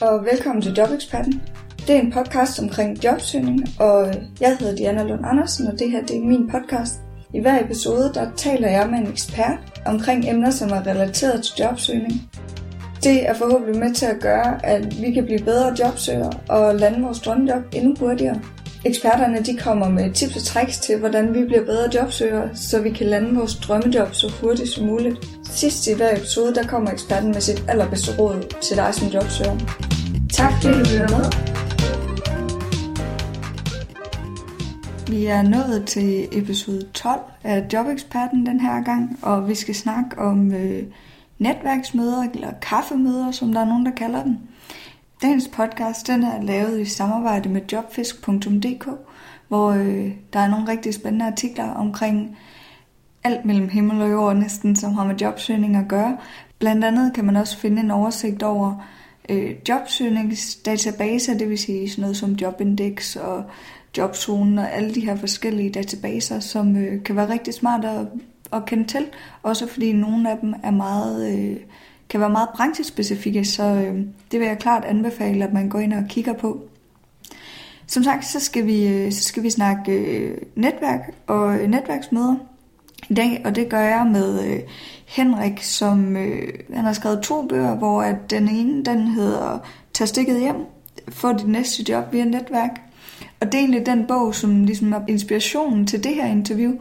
og velkommen til Jobeksperten. Det er en podcast omkring jobsøgning, og jeg hedder Diana Lund Andersen, og det her det er min podcast. I hver episode der taler jeg med en ekspert omkring emner, som er relateret til jobsøgning. Det er forhåbentlig med til at gøre, at vi kan blive bedre jobsøgere og lande vores drømmejob endnu hurtigere. Eksperterne de kommer med tips og tricks til, hvordan vi bliver bedre jobsøgere, så vi kan lande vores drømmejob så hurtigt som muligt. Sidst i hver episode, der kommer eksperten med sit allerbedste råd til dig som jobsøger. Tak fordi du lytter med. Vi er nået til episode 12 af Jobeksperten den her gang, og vi skal snakke om netværksmøder eller kaffemøder, som der er nogen, der kalder dem. Dagens podcast den er lavet i samarbejde med jobfisk.dk, hvor der er nogle rigtig spændende artikler omkring alt mellem himmel og jord næsten, som har med jobsøgning at gøre. Blandt andet kan man også finde en oversigt over jobsøgningsdatabaser, det vil sige sådan noget som Jobindex og Jobzone og alle de her forskellige databaser, som kan være rigtig smart at kende til, også fordi nogle af dem er meget... kan være meget branchespecifikke, så det vil jeg klart anbefale, at man går ind og kigger på. Som sagt, så skal vi snakke netværk og netværksmøder i dag, og det gør jeg med Henrik, som han har skrevet 2 bøger, hvor at den ene den hedder Tag stikket hjem, få dit næste job via netværk. Og det er egentlig den bog, som ligesom er inspirationen til det her interview,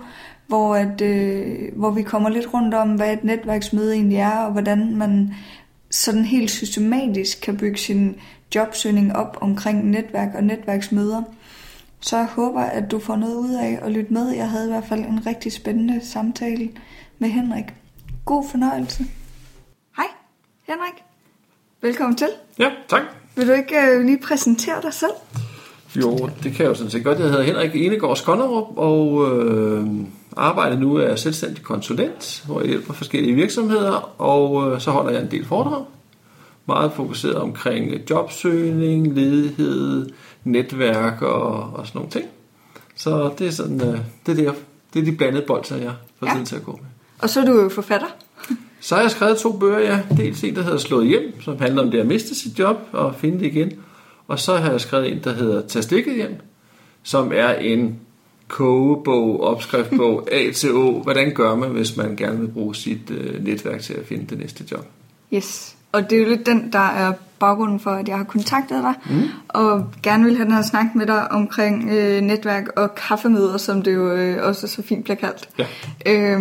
hvor vi kommer lidt rundt om, hvad et netværksmøde egentlig er, og hvordan man sådan helt systematisk kan bygge sin jobsøgning op omkring netværk og netværksmøder. Så jeg håber, at du får noget ud af at lytte med. Jeg havde i hvert fald en rigtig spændende samtale med Henrik. God fornøjelse. Hej, Henrik. Velkommen til. Ja, tak. Vil du ikke lige præsentere dig selv? Jo, det kan jeg jo sådan set godt. Jeg hedder Henrik Enegaard Skonnerup, og arbejder nu er selvstændig konsulent, hvor jeg hjælper forskellige virksomheder, og så holder jeg en del foredrag. Meget fokuseret omkring jobsøgning, ledighed, netværk og sådan nogle ting. Så det er sådan, det er de blandede bolser, jeg får tiden til at gå med. Og så er du jo forfatter. Så har jeg skrevet 2 bøger, ja. Dels en, der hedder Slået hjem, som handler om det at miste sit job og finde det igen. Og så har jeg skrevet en, der hedder Tag stikket hjem, som er en kogebog, opskriftbog, A til O. Hvordan gør man, hvis man gerne vil bruge sit netværk til at finde det næste job? Yes, og det er jo lidt den, der er baggrunden for, at jeg har kontaktet dig, og gerne vil have den her snak med dig omkring netværk og kaffemøder, som det jo også så fint bliver kaldt. Ja.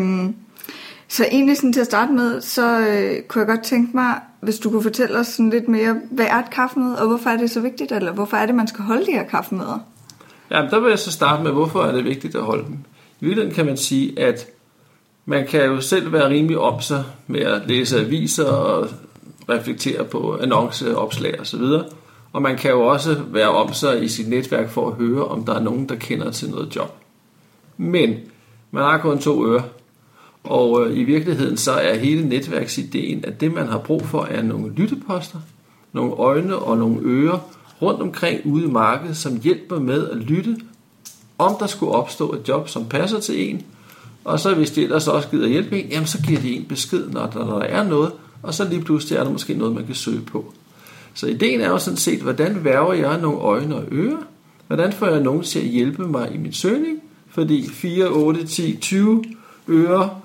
Så egentlig sådan til at starte med, så kunne jeg godt tænke mig, hvis du kunne fortælle os sådan lidt mere, hvad er et kaffemøde, og hvorfor er det så vigtigt, eller hvorfor er det, man skal holde de her kaffemøder? Jamen, der vil jeg så starte med, hvorfor er det vigtigt at holde dem. I virkeligheden kan man sige, at man kan jo selv være rimelig om sig med at læse aviser og reflektere på annonceopslag osv. Og man kan jo også være om sig i sit netværk for at høre, om der er nogen, der kender til noget job. Men man har kun 2 ører. Og i virkeligheden så er hele netværksideen, at det man har brug for er nogle lytteposter, nogle øjne og nogle ører rundt omkring ude i markedet, som hjælper med at lytte, om der skulle opstå et job, som passer til en. Og så hvis de ellers også gider hjælpe en, jamen så giver de en besked, når der er noget, og så lige pludselig er der måske noget, man kan søge på. Så ideen er jo sådan set, hvordan værver jeg nogle øjne og ører? Hvordan får jeg nogen til at hjælpe mig i min søgning? Fordi 4, 8, 10, 20 ører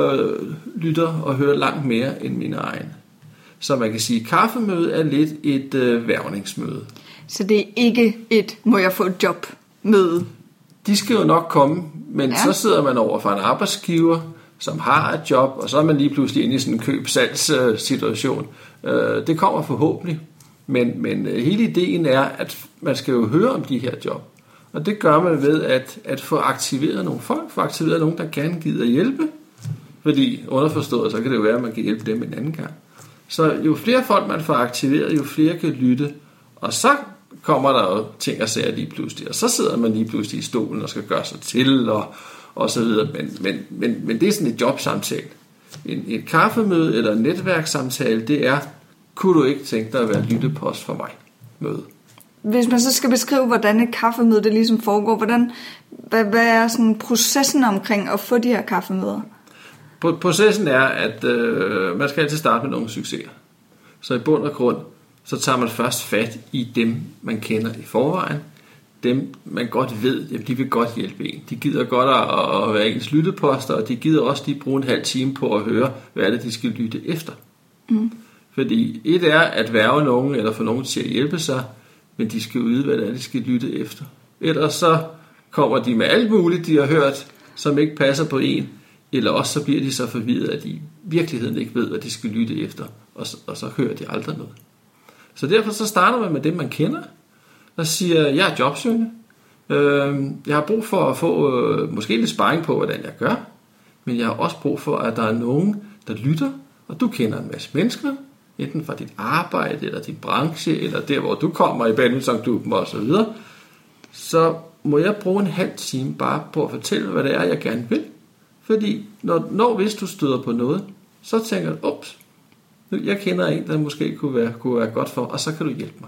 lytter og hører langt mere end mine egne. Så man kan sige, at kaffemøde er lidt et værvningsmøde. Så det er ikke et, må jeg få et job møde? De skal jo nok komme, men så sidder man over for en arbejdsgiver, som har et job, og så er man lige pludselig inde i sådan en køb-salgs-situation. Det kommer forhåbentlig, men hele ideen er, at man skal jo høre om de her job. Og det gør man ved at få aktiveret nogle folk, få aktiveret nogen, der gerne gider hjælpe. Fordi underforstået, så kan det jo være, at man kan hjælpe dem en anden gang. Så jo flere folk man får aktiveret, jo flere kan lytte. Og så kommer der jo ting og sager lige pludselig. Og så sidder man lige pludselig i stolen og skal gøre sig til og så videre. Men det er sådan et jobsamtale. Et kaffemøde eller en netværkssamtale, det er, kunne du ikke tænke dig at være lyttepost for mig? Møde. Hvis man så skal beskrive, hvordan et kaffemøde det ligesom foregår, hvad er sådan processen omkring at få de her kaffemøder? Processen er, at man skal altid starte med nogle succeser. Så i bund og grund, så tager man først fat i dem, man kender i forvejen. Dem, man godt ved, jamen, de vil godt hjælpe en. De gider godt at være ens lytteposter, og de gider også lige bruge en halv time på at høre, hvad er det, de skal lytte efter. Fordi et er at værve nogen, eller få nogen til at hjælpe sig, men de skal vide, hvad det er, de skal lytte efter. Ellers så kommer de med alt muligt, de har hørt, som ikke passer på en, eller også så bliver de så forvirret, at de i virkeligheden ikke ved, hvad de skal lytte efter, og så hører de aldrig noget. Så derfor så starter man med dem, man kender, og siger, jeg er jobsøgende, jeg har brug for at få måske lidt sparring på, hvordan jeg gør, men jeg har også brug for, at der er nogen, der lytter, og du kender en masse mennesker, enten fra dit arbejde, eller din branche, eller der, hvor du kommer i badmintonklubben og så videre, så må jeg bruge en halv time bare på at fortælle, hvad det er, jeg gerne vil. Fordi hvis du støder på noget, så tænker du, ups, jeg kender en, der måske kunne være godt for, og så kan du hjælpe mig.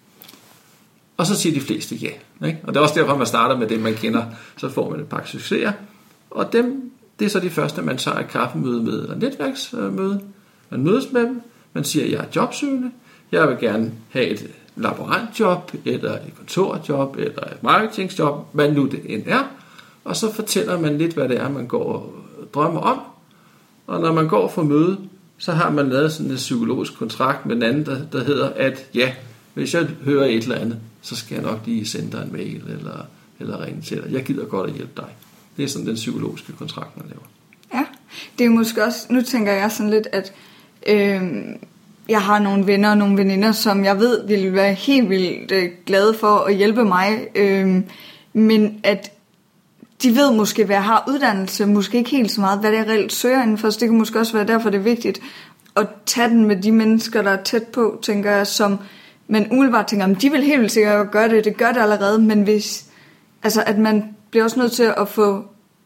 Og så siger de fleste ja. Ikke? Og det er også derfor, man starter med det, man kender, så får man et par succeser. Og det er så de første, man tager et kaffemøde med, eller netværksmøde. Man mødes med dem, man siger, jeg er jobsøgende, jeg vil gerne have et laborantjob, eller et kontorjob, eller et marketingsjob, hvad nu det end er. Og så fortæller man lidt, hvad det er, man går og drømmer om. Og når man går for møde, så har man lavet sådan en psykologisk kontrakt med en anden, der hedder, at ja, hvis jeg hører et eller andet, så skal jeg nok lige sende dig en mail, eller ringe til dig. Jeg gider godt at hjælpe dig. Det er sådan den psykologiske kontrakt, man laver. Ja, det er måske også, nu tænker jeg sådan lidt, at jeg har nogle venner og nogle veninder, som jeg ved ville være helt vildt glade for at hjælpe mig, men at de ved måske, hvad jeg har uddannelse, måske ikke helt så meget, hvad det er reelt søger indenfor, så det kan måske også være derfor, det er vigtigt at tage den med de mennesker, der er tæt på, tænker jeg, som man umiddelbart tænker, de vil helt vildt sikkert gøre det gør det allerede, men hvis, altså at man bliver også nødt til at få,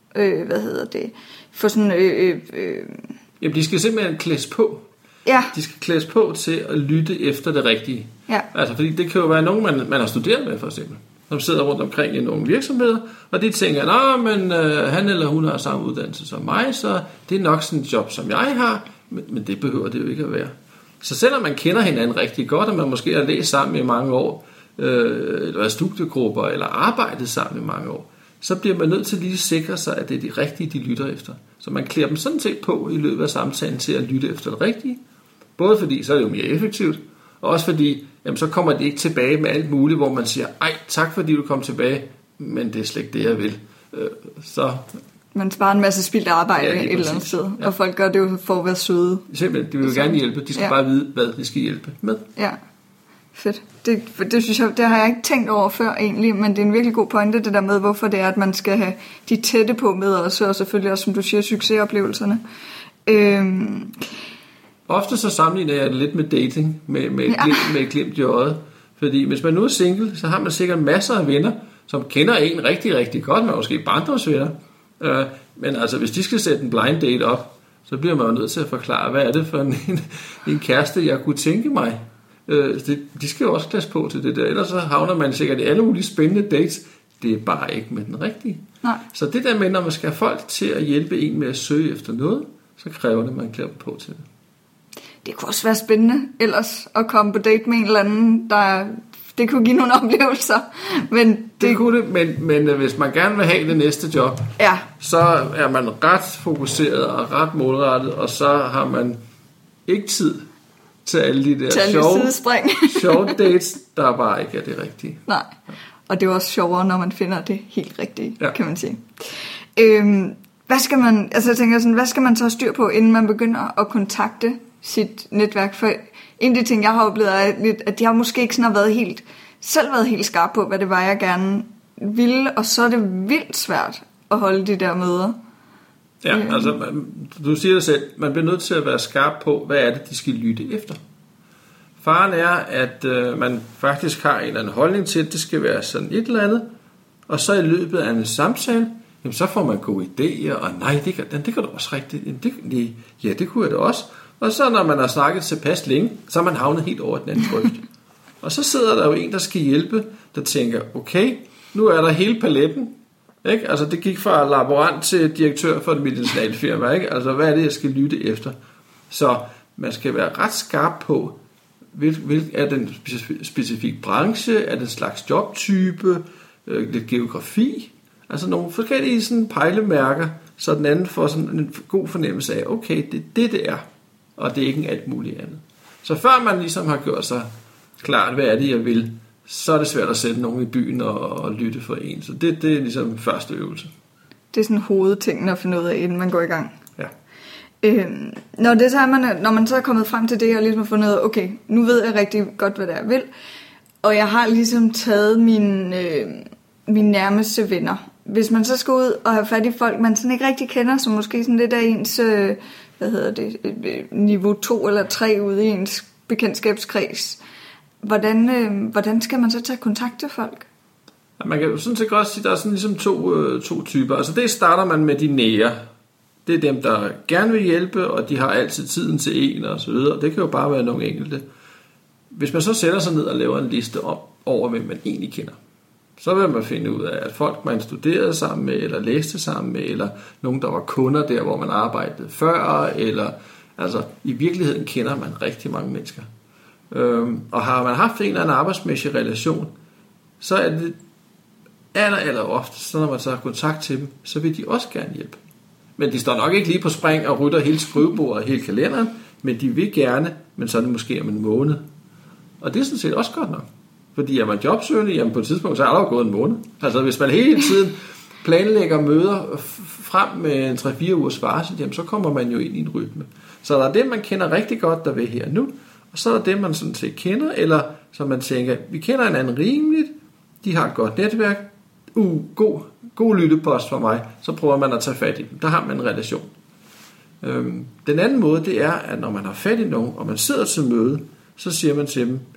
få sådan, Jamen, de skal simpelthen klædes på. Ja. De skal klædes på til at lytte efter det rigtige. Ja. Altså, fordi det kan jo være nogen, man har studeret med, for eksempel. Som sidder rundt omkring i nogle virksomheder, og de tænker, men han eller hun har samme uddannelse som mig, så det er nok sådan et job, som jeg har, men det behøver det jo ikke at være. Så selvom man kender hinanden rigtig godt, og man måske har læst sammen i mange år, eller været studiegrupper, eller arbejdet sammen i mange år, så bliver man nødt til lige at sikre sig, at det er de rigtige, de lytter efter. Så man klæder dem sådan set på i løbet af samtalen til at lytte efter det rigtige. Både fordi, så er det jo mere effektivt, og også fordi, jamen, så kommer de ikke tilbage med alt muligt, hvor man siger, ej, tak fordi du kom tilbage, men det er slet ikke det, jeg vil. Så man sparer en masse spildt arbejde et eller andet sted, og folk gør det jo for at være søde. Simpelthen, de vil jo gerne hjælpe, de skal bare vide, hvad de skal hjælpe med. Ja, fedt. Det synes jeg, det har jeg ikke tænkt over før egentlig, men det er en virkelig god pointe, det der med, hvorfor det er, at man skal have de tætte på med os, og selvfølgelig også, som du siger, succesoplevelserne. Ofte så sammenligner jeg det lidt med dating, med glimt i øjet. Fordi hvis man nu er single, så har man sikkert masser af venner, som kender en rigtig, rigtig godt, men måske barndomsvenner. Men altså, hvis de skal sætte en blind date op, så bliver man jo nødt til at forklare, hvad er det for en kæreste, jeg kunne tænke mig. De skal jo også klædes på til det der, ellers så havner man sikkert i alle mulige spændende dates. Det er bare ikke med den rigtige. Nej. Så det der med, når man skal have folk til at hjælpe en med at søge efter noget, så kræver det, at man klæder på til det. Det kunne også være spændende ellers at komme på date med en eller anden, det kunne give nogle oplevelser. Men det kunne det, men hvis man gerne vil have det næste job, ja, så er man ret fokuseret og ret målrettet, og så har man ikke tid til alle de der sjove dates, der bare ikke er det rigtige. Nej, og det er også sjovere, når man finder det helt rigtige, kan man sige. Hvad skal man, altså jeg tænker sådan, hvad skal man så styr på, inden man begynder at kontakte sit netværk? For en af de ting, jeg har oplevet, er lidt, at jeg måske ikke sådan har været helt skarp på, hvad det var, jeg gerne ville, og så er det vildt svært at holde de der møder. Ja, altså du siger det selv, man bliver nødt til at være skarp på, hvad er det, de skal lytte efter. Faren er, at man faktisk har en eller anden holdning til, at det skal være sådan et eller andet, og så i løbet af en samtale, jamen, så får man gode idéer, og nej, det kan du også rigtigt. Ja, det kunne jeg da også. Og så når man har snakket tilpas længe, så er man havnet helt over den anden grøft. Og så sidder der jo en, der skal hjælpe, der tænker, okay, nu er der hele paletten. Ikke? Altså det gik fra laborant til direktør for et medicinalfirma. Ikke? Altså hvad er det, jeg skal lytte efter? Så man skal være ret skarp på, er det en specifik branche, er det en slags jobtype, lidt geografi, altså nogle forskellige sådan pejlemærker, så den anden får sådan en god fornemmelse af, okay, det er, og det er ikke en alt muligt andet. Så før man ligesom har gjort sig klart, hvad er det, jeg vil, så er det svært at sætte nogen i byen og lytte for en. Så det er ligesom første øvelse. Det er sådan hovedtingene at finde ud af, inden man går i gang. Ja. Når man så er kommet frem til det, og ligesom har fundet ud af, okay, nu ved jeg rigtig godt, hvad det er, jeg vil, og jeg har ligesom taget mine nærmeste venner. Hvis man så skal ud og have fat i folk, man sådan ikke rigtig kender, som måske sådan lidt af ens, niveau 2 eller 3 ude i ens bekendtskabskreds, hvordan skal man så tage kontakt til folk? Ja, man kan jo sådan set godt sige, at der er sådan ligesom to typer. Altså det starter man med de nære. Det er dem, der gerne vil hjælpe, og de har altid tiden til en og så videre. Det kan jo bare være nogle enkelte. Hvis man så sætter sig ned og laver en liste over, hvem man egentlig kender, så vil man finde ud af, at folk, man studerede sammen med, eller læste sammen med, eller nogen, der var kunder der, hvor man arbejdede før, eller altså i virkeligheden kender man rigtig mange mennesker. Og har man haft en eller anden arbejdsmæssig relation, så er det aller ofte, så når man så har kontakt til dem, så vil de også gerne hjælpe. Men de står nok ikke lige på spring og rytter hele skrivebordet og hele kalenderen, men de vil gerne, men så er det måske om en måned. Og det er sådan set også godt nok. Fordi er man jobsøgende, jamen på et tidspunkt, så er der jo gået en måned. Altså hvis man hele tiden planlægger møder frem med en 3-4 ugers varsel, jamen så kommer man jo ind i en rytme. Så der er det, man kender rigtig godt, der vil her nu, og så er der det, man sådan set kender, eller som man tænker, vi kender hinanden rimeligt, de har et godt netværk, god lyttepost for mig, så prøver man at tage fat i dem. Der har man en relation. Den anden måde, det er, at når man har fat i nogen, og man sidder til møde, så siger man til dem,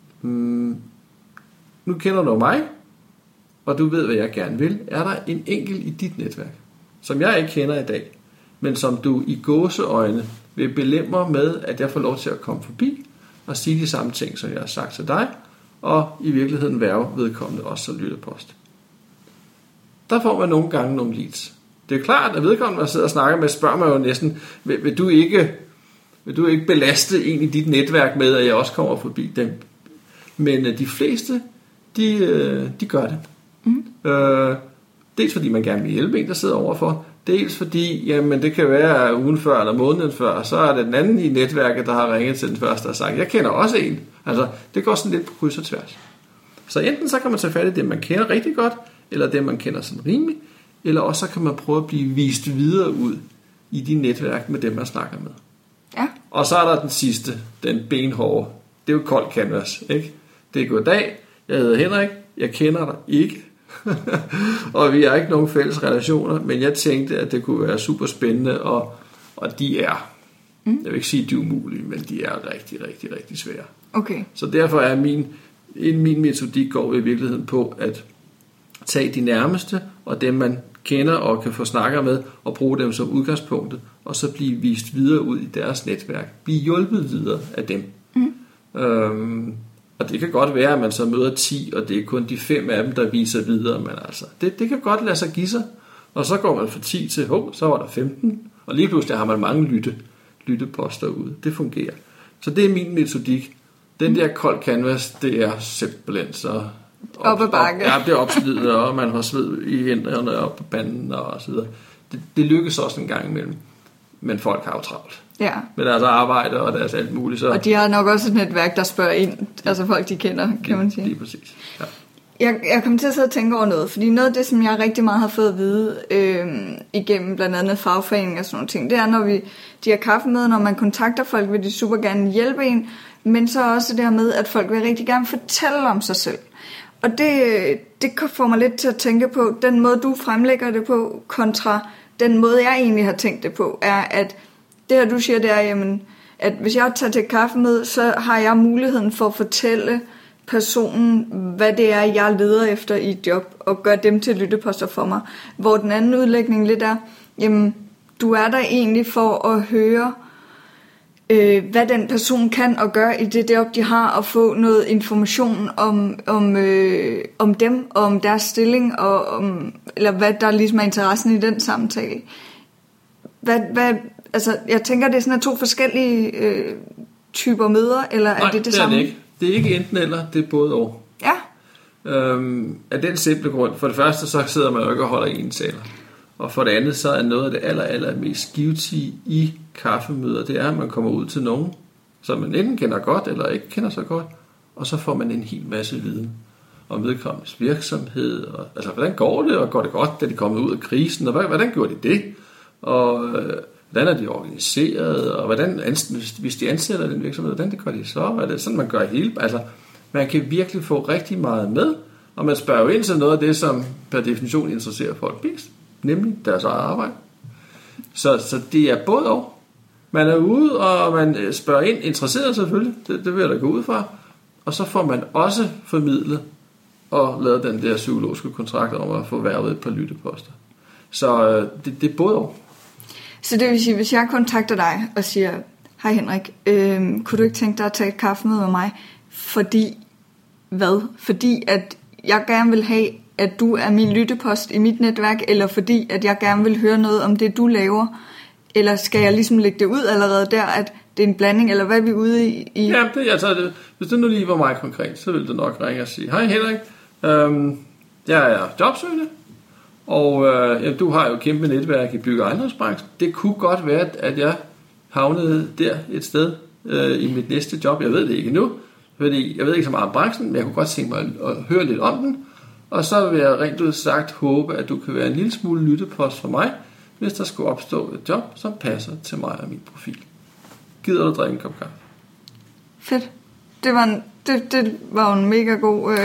nu kender du mig, og du ved, hvad jeg gerne vil. Er der en enkelt i dit netværk, som jeg ikke kender i dag, men som du i gåseøjne vil belemre med, at jeg får lov til at komme forbi og sige de samme ting, som jeg har sagt til dig, og i virkeligheden værve vedkommende også som lyttepost. Der får man nogle gange nogle leads. Det er klart, at vedkommende, man sidder og snakker med, spørger man jo næsten, vil du ikke belaste en i dit netværk med, at jeg også kommer forbi dem? Men de fleste, de gør det. Dels fordi man gerne vil hjælpe en, der sidder overfor. Dels fordi, jamen det kan være ugen før eller måneden før, så er det den anden i netværket, der har ringet til den første og sagt, jeg kender også en. Altså, det går sådan lidt på kryds og tværs. Så enten så kan man tage fat i det, man kender rigtig godt, eller det, man kender sådan rimeligt, eller også så kan man prøve at blive vist videre ud i de netværk med dem, man snakker med. Ja. Og så er der den sidste, den benhårde. Det er jo kold canvas, ikke? Det er goddag, jeg hedder Henrik, jeg kender dig ikke, og vi har ikke nogen fælles relationer, men jeg tænkte, at det kunne være super spændende, og de er, jeg vil ikke sige, de er umulige, men de er rigtig, rigtig, rigtig svære. Okay. Så derfor er min metodik går i virkeligheden på at tage de nærmeste, og dem man kender og kan få snakker med, og bruge dem som udgangspunktet, og så blive vist videre ud i deres netværk. Blive hjulpet videre af dem. Og det kan godt være, at man så møder 10, og det er kun de 5 af dem, der viser videre, men altså, det kan godt lade sig give sig. Og så går man fra 10 til, så var der 15, og lige pludselig har man mange lytteposter ude. Det fungerer. Så det er min metodik. Den der kold canvas, det er simpelthen så op ad bakke. Ja, det er opslidende, og man har sved i hænderne og på panden og så videre. Det lykkes også en gang imellem. Men folk har jo travlt. Ja. Med deres arbejde og deres alt muligt. Så og de har nok også et netværk, der spørger ind. Altså folk, de kender, kan man sige. Lige præcis. Ja. Jeg kom til at sidde og tænke over noget. Fordi noget af det, som jeg rigtig meget har fået at vide igennem blandt andet fagforening og sådan nogle ting, det er, når de har kaffemøder, når man kontakter folk, vil de super gerne hjælpe en. Men så også det her med, at folk vil rigtig gerne fortælle om sig selv. Og det får mig lidt til at tænke på, den måde du fremlægger det på, kontra den måde jeg egentlig har tænkt det på, er at det her du siger, det er, jamen, at hvis jeg tager til et kaffemøde, så har jeg muligheden for at fortælle personen, hvad det er, jeg leder efter i et job, og gøre dem til lytteposter for mig. Hvor den anden udlægning lidt er, jamen, du er der egentlig for at høre, hvad den person kan og gør i det job, de har, og få noget information om dem, og om deres stilling, og eller hvad der ligesom er interessen i den samtale. Altså, jeg tænker, det er sådan 2 forskellige typer møder, eller Nej, er det samme? Nej, det er det ikke. Det er ikke enten eller, det er både og. Ja. Af den simple grund, for det første, så sidder man jo ikke og holder en taler. Og for det andet, så er noget af det aller mest givtige i kaffemøder, det er, at man kommer ud til nogen, som man enten kender godt, eller ikke kender så godt, og så får man en hel masse viden om vedkommendes virksomhed, og, altså hvordan går det, og går det godt, da de kommer ud af krisen, og hvordan gjorde de det, og hvordan er de organiseret, og hvordan, hvis de ansætter den virksomhed, hvordan det gør de så, er det sådan, man gør hele, altså man kan virkelig få rigtig meget med, og man spørger jo ind til noget af det, som per definition interesserer folk mest, nemlig deres eget arbejde. Så det er både og. Man er ude, og man spørger ind, interesseret selvfølgelig, det vil jeg da gå ud fra, og så får man også formidlet og lavet den der psykologiske kontrakt om at få værvet et par lytteposter. Så det er både og. Så det vil sige, hvis jeg kontakter dig og siger, hej Henrik, kunne du ikke tænke dig at tage et kaffemøde med mig? Fordi, hvad? Fordi at jeg gerne vil have, at du er min lyttepost i mit netværk, eller fordi at jeg gerne vil høre noget om det, du laver? Eller skal jeg ligesom lægge det ud allerede der, at det er en blanding, eller hvad er vi ude i? Ja, hvis det nu lige var mig konkret, så ville du nok ringe og sige, hej Henrik, jeg er jobsøgende, og du har jo kæmpe netværk i bygge- og ejendomsbranchen. Det kunne godt være, at jeg havnede der et sted i mit næste job. Jeg ved det ikke endnu, fordi jeg ved ikke så meget om branchen, men jeg kunne godt tænke mig at høre lidt om den. Og så vil jeg rent ud sagt håbe, at du kan være en lille smule lyttepost for mig, hvis der skulle opstå et job, som passer til mig og min profil. Gider du drikke en kop kaffe? Fedt. Det var jo en mega god...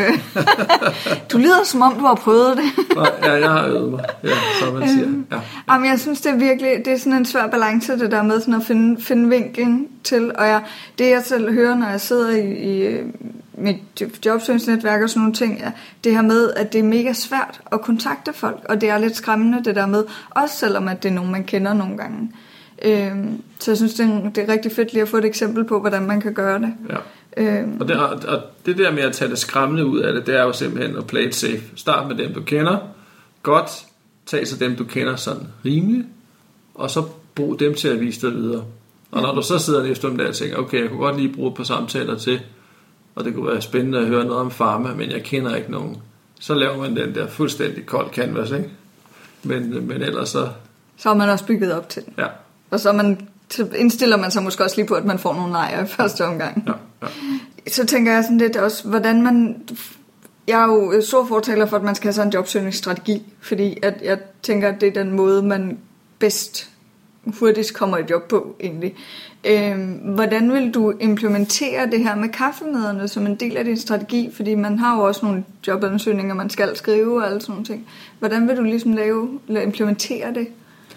Du lyder som om, du har prøvet det. Ja, jeg har øvet mig. Ja, som man siger. Ja. Jamen, jeg synes, det er virkelig... Det er sådan en svær balance, det der med sådan at finde vinklen til. Og det jeg selv hører, når jeg sidder i mit jobsøgningsnetværk og sådan nogle ting, er det her med, at det er mega svært at kontakte folk. Og det er lidt skræmmende, det der med. Også selvom at det er nogen, man kender nogle gange. Så jeg synes, det er rigtig fedt lige at få et eksempel på, hvordan man kan gøre det. Ja. Og det der med at tage det skræmmende ud af det, det er jo simpelthen at play it safe. Start med dem, du kender. Godt. Tag så dem, du kender sådan rimeligt. Og så brug dem til at vise dig videre. Og når du så sidder en eftermiddag og tænker, okay, jeg kunne godt lige bruge et par samtaler til, og det kunne være spændende at høre noget om pharma, men jeg kender ikke nogen. Så laver man den der fuldstændig kold canvas, ikke? Men ellers så... Så har man også bygget op til den. Ja. Og så indstiller man sig måske også lige på, at man får nogle nejer i første omgang. Ja. Så tænker jeg sådan lidt også, hvordan man... Jeg er jo stor fortaler for, at man skal have sådan en jobsøgningsstrategi, fordi at jeg tænker, at det er den måde, man bedst hurtigst kommer et job på, egentlig. Hvordan vil du implementere det her med kaffemøderne som en del af din strategi? Fordi man har jo også nogle jobansøgninger, man skal skrive og alle sådan nogle ting. Hvordan vil du ligesom implementere det?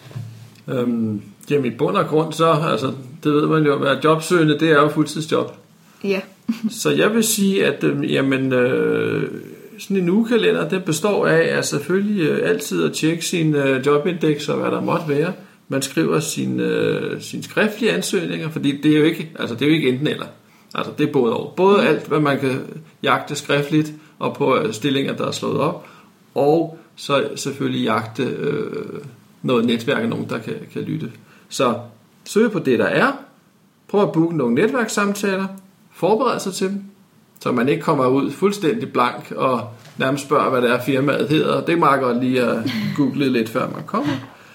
Jamen i bund og grund så, altså det ved man jo, at være jobsøgende, det er jo fuldtidsjob. Ja. Så jeg vil sige, at sådan en ugekalender, det består af at selvfølgelig altid at tjekke sin jobindeks og hvad der måtte være. Man skriver sin skriftlige ansøgninger, fordi det er jo ikke enten eller. Altså det er både og. Både alt, hvad man kan jagte skriftligt og på stillinger, der er slået op, og så selvfølgelig jagte noget netværk af nogen, der kan lytte. Så søg på det, der er. Prøv at booke nogle netværkssamtaler. Forbered sig til dem, så man ikke kommer ud fuldstændig blank og nærmest spørger, hvad det er, firmaet hedder. Det er meget godt lige at google lidt, før man kommer.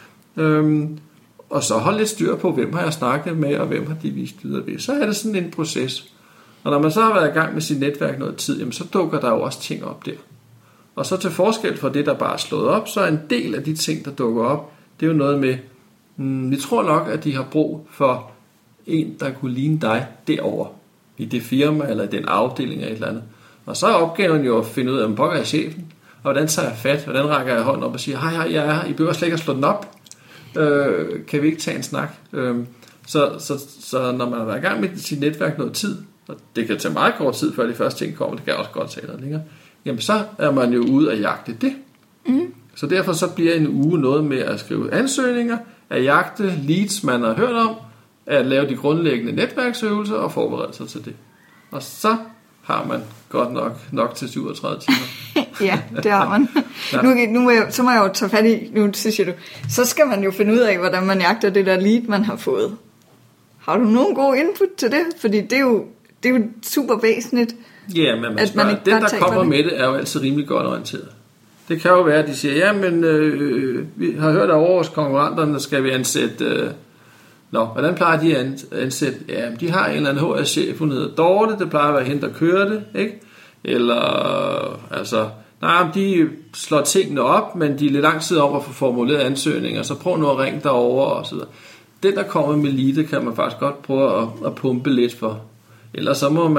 Og så hold lidt styr på, hvem har jeg snakket med, og hvem har de vist videre ved. Så er det sådan en proces. Og når man så har været i gang med sit netværk noget tid, jamen, så dukker der jo også ting op der. Og så til forskel fra det, der bare er slået op, så er en del af de ting, der dukker op, det er jo noget med, vi tror nok, at de har brug for en, der kunne ligne dig derovre, i det firma, eller i den afdeling eller et eller andet. Og så er opgaven jo at finde ud af, hvor er chefen, og hvordan tager jeg fat, hvordan rækker jeg hånden op og siger, hej, jeg er her, I behøver slet ikke at slå den op, kan vi ikke tage en snak? Så når man har været i gang med sit netværk noget tid, og det kan tage meget kort tid, før de første ting kommer, det kan også godt tage noget længere, jamen så er man jo ude at jagte det. Så derfor så bliver en uge noget med at skrive ansøgninger, at jagte leads, man har hørt om, at lave de grundlæggende netværksøvelser og forberede sig til det. Og så har man godt nok til 37 timer. Ja, det har man. Ja. Så må jeg jo tage fat i, nu så siger du, så skal man jo finde ud af, hvordan man jagter det der lead, man har fået. Har du nogen god input til det? Fordi det er jo super væsentligt. Ja, men man spørger, den der kommer med det, er jo altid rimelig godt orienteret. Det kan jo være, at de siger, ja, men vi har hørt af over hos konkurrenterne, skal vi ansætte... hvordan plejer de at ansætte? Ja, de har en eller anden HR-chef, hun hedder Dorte, det plejer at være hende, der kører det, ikke? Eller, de slår tingene op, men de er lidt lang tid om at få formuleret ansøgninger, så prøv nu at ringe derover og så videre. Den, der kommer med lide, kan man faktisk godt prøve at pumpe lidt for. Ellers så må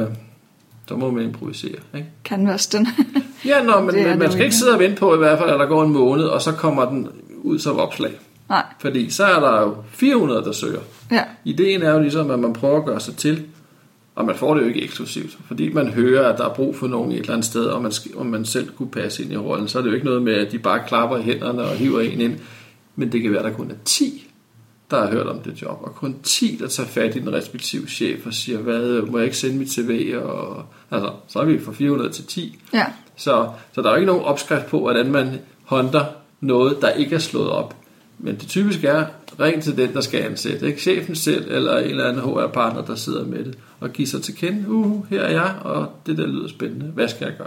man improvisere, ikke? Canvasten. Ja, men man skal ikke sidde og vente på i hvert fald, at der går en måned, og så kommer den ud som opslag. Nej. Fordi så er der jo 400, der søger. Ja. Ideen er jo ligesom, at man prøver at gøre sig til, og man får det jo ikke eksklusivt, fordi man hører, at der er brug for nogen i et eller andet sted, og man selv kunne passe ind i rollen. Så er det jo ikke noget med, at de bare klapper i hænderne og hiver en ind. Men det kan være, at der kun er 10, der har hørt om det job, og kun 10, der tager fat i den respektive chef og siger, hvad, må jeg ikke sende mit CV? Og, så er vi fra 400 til 10. Ja. Så der er jo ikke nogen opskrift på, hvordan man håndter noget, der ikke er slået op. Men det typisk er, ring til den, der skal ansætte. Ikke chefen selv, eller en eller anden HR-partner, der sidder med det, og giver sig til kende, her er jeg, og det der lyder spændende. Hvad skal jeg gøre?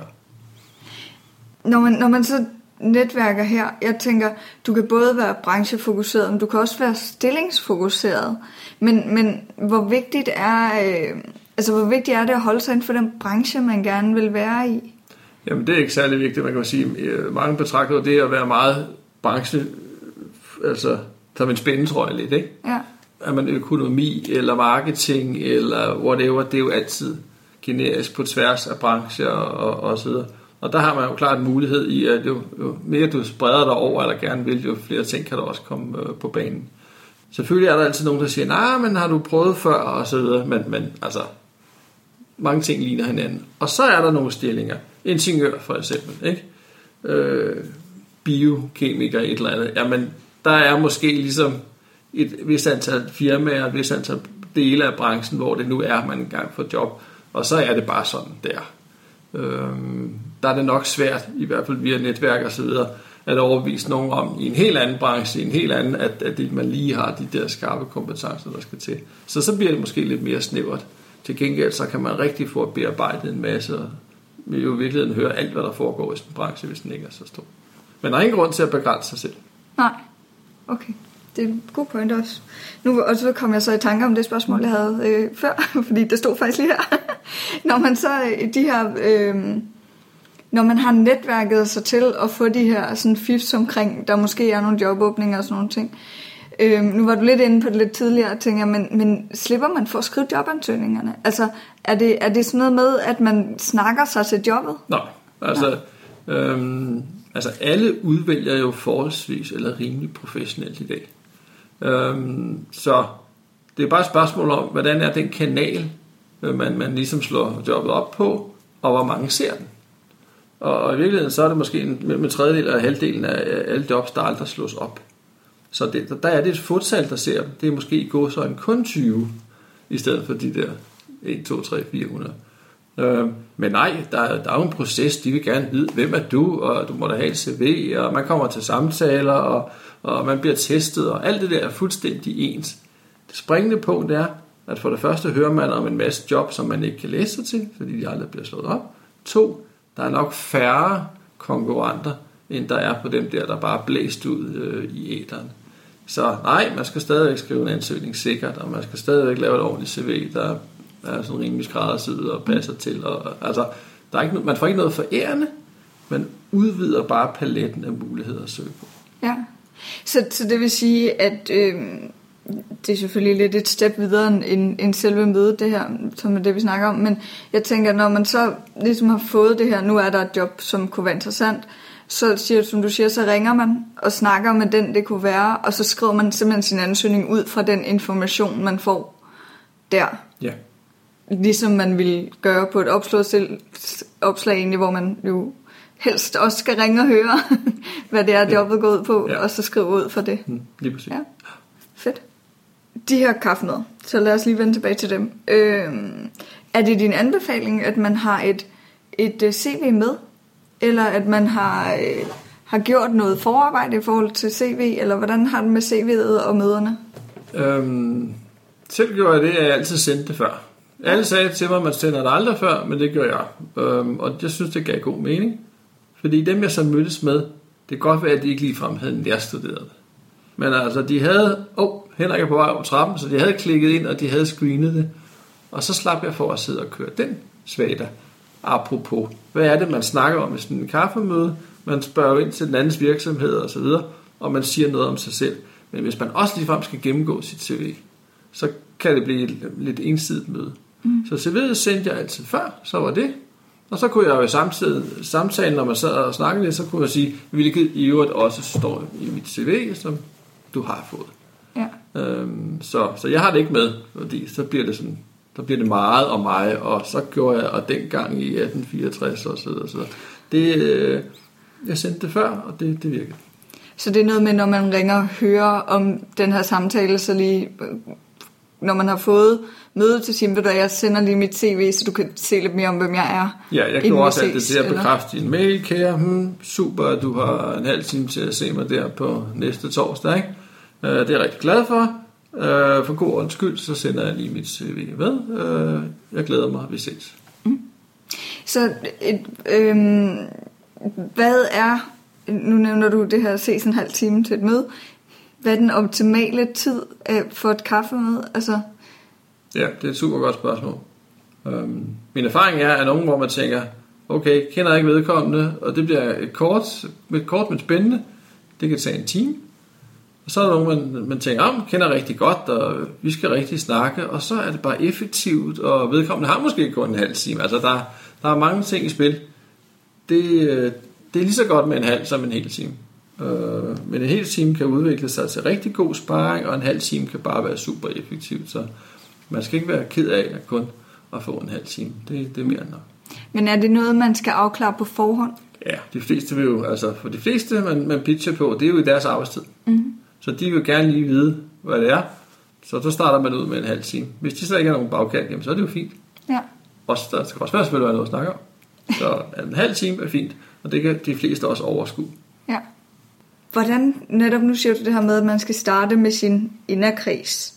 Når man så netværker her, jeg tænker, du kan både være branchefokuseret, men du kan også være stillingsfokuseret. Men hvor vigtigt er det at holde sig inden for den branche, man gerne vil være i? Jamen, det er ikke særlig vigtigt, man kan sige. Mange betragter det at være meget branche, tager man spændetrøje lidt, ikke? Ja. Er man økonomi, eller marketing, eller whatever, det er jo altid generisk på tværs af brancher og så videre. Og der har man jo klart en mulighed i, at jo mere du spreder dig over, eller gerne vil, jo flere ting kan der også komme på banen. Selvfølgelig er der altid nogen, der siger, nej, men har du prøvet før, og så videre, men mange ting ligner hinanden. Og så er der nogle stillinger. Ingeniør for eksempel, ikke? Biokemiker, et eller andet. Jamen, der er måske ligesom et vist antal firmaer, et vist antal dele af branchen, hvor det nu er, man engang får job. Og så er det bare sådan der. Der er det nok svært, i hvert fald via netværk og så videre, at overbevise nogen om i en helt anden branche, i en helt anden, at man lige har de der skarpe kompetencer, der skal til. Så bliver det måske lidt mere snævert. Til gengæld så kan man rigtig få bearbejdet en masse, og vil jo i virkeligheden høre alt, hvad der foregår i sådan en branche, hvis den ikke er så stor. Men der er ingen grund til at begrænse sig selv. Nej, okay. Det er en god point også. Og så kom jeg så i tanke om det spørgsmål, jeg havde før, fordi det stod faktisk lige her. Når man så når man har netværket sig til at få de her sådan fifs omkring, der måske er nogle jobåbninger og sådan nogle ting. Nu var du lidt inde på det lidt tidligere, tænker jeg, men slipper man for at skrive jobansøgningerne? Altså, er det sådan noget med, at man snakker sig til jobbet? Nej, alle udvælger jo forholdsvis eller rimelig professionelt i dag. Så det er bare et spørgsmål om, hvordan er den kanal, man ligesom slår jobbet op på, og hvor mange ser den. Og i virkeligheden så er det måske mellem en tredjedel og halvdelen af alle jobs, der aldrig slås op. Så der er det et fåtal, der ser dem. Det er måske i gåseøjne kun 20, i stedet for de der 1, 2, 3, 400. Men nej, der er jo en proces, de vil gerne vide, hvem er du, og du må da have et CV, og man kommer til samtaler, og man bliver testet, og alt det der er fuldstændig ens. Det springende punkt er, at for det første hører man om en masse job, som man ikke kan læse sig til, fordi de aldrig bliver slået op. 2, der er nok færre konkurrenter, end der er på dem der bare blæst ud i æteren. Så nej, man skal stadigvæk skrive en ansøgning sikkert, og man skal stadigvæk lave et ordentligt CV, der er sådan rimelig skræddersyet og passer til. Der er ikke man får ikke noget forærende, man udvider bare paletten af muligheder at søge på. Ja, så det vil sige, at det er selvfølgelig lidt et step videre end selve mødet, det her, som er det, vi snakker om. Men jeg tænker, når man så ligesom har fået det her, nu er der et job, som kunne være interessant, så siger som du siger, så ringer man og snakker med den, det kunne være, og så skriver man simpelthen sin ansøgning ud fra den information, man får der. Ja. Ligesom man vil gøre på et opslag egentlig, hvor man jo helst også skal ringe og høre, hvad det er, jobbet går ud på, og så skrive ud for det. Lige præcis. Ja. Fedt. De her kaffemad, så lad os lige vende tilbage til dem. Er det din anbefaling, at man har et CV med? Eller at man har gjort noget forarbejde i forhold til CV? Eller hvordan har det med CV'et og møderne? Selv gjorde jeg det, at jeg altid sendte det før. Alle sagde til mig, at man sender det aldrig før, men det gjorde jeg. Og jeg synes, det gav god mening. Fordi dem, jeg så mødtes med, det kan godt være, at de ikke ligefrem havde nærstuderet det. Men altså, de havde... Henrik er på vej over trappen, så de havde klikket ind, og de havde screenet det. Og så slap jeg for at sidde og køre den svagter. Apropos, hvad er det, man snakker om i sådan en kaffemøde? Man spørger ind til den andens virksomhed og så videre, og man siger noget om sig selv. Men hvis man også ligefrem skal gennemgå sit CV, så kan det blive et lidt ensidigt møde. Så CV'et sendte jeg altid før, så var det. Og så kunne jeg jo samtalen, når man sad og snakkede lidt, så kunne jeg sige, hvilket i øvrigt også står i mit CV, som du har fået. Ja. Så jeg har det ikke med, fordi så bliver det sådan, der bliver det meget om mig, og så gjorde jeg, og dengang i 1864 og så videre. Det, jeg sendte det før, og det virkede. Så det er noget med, når man ringer og hører om den her samtale, så lige, når man har fået møde til sige, at jeg sender lige mit CV, så du kan se lidt mere om, hvem jeg er. Ja, jeg gjorde også alt det til at bekræfte din mail, kære. Super, at du har en halv time til at se mig der på næste torsdag, ikke? Det er jeg rigtig glad for. For god ordens skyld, så sender jeg lige mit CV med. Jeg glæder mig, vi ses. Så hvad er, nu nævner du det her, ses en halv time til et møde, hvad er den optimale tid for et kaffemøde? Altså... Ja, det er et super godt spørgsmål. Min erfaring er, at nogen, hvor man tænker, okay, kender jeg ikke vedkommende, og det bliver et kort, men spændende, det kan tage en time. Og så er der nogen, man tænker, kender rigtig godt, og vi skal rigtig snakke, og så er det bare effektivt, og vedkommende har måske kun en halv time. Altså, der er mange ting i spil. Det er lige så godt med en halv som en hel time. Men en hel time kan udvikle sig til rigtig god sparring, og en halv time kan bare være super effektivt. Så man skal ikke være ked af at kun at få en halv time. Det er mere end nok. Men er det noget, man skal afklare på forhånd? Ja, de fleste vil jo, altså for de fleste, man pitcher på, det er jo i deres arbejdstid. Så de vil gerne lige vide, hvad det er. Så starter man ud med en halv time. Hvis de så ikke har nogen bagkant, så er det jo fint. Ja. Og der skal også selvfølgelig være noget at snakke om. Så en halv time er fint, og det kan de fleste også overskue. Ja. Hvordan, netop nu siger du det her med, at man skal starte med sin inderkreds.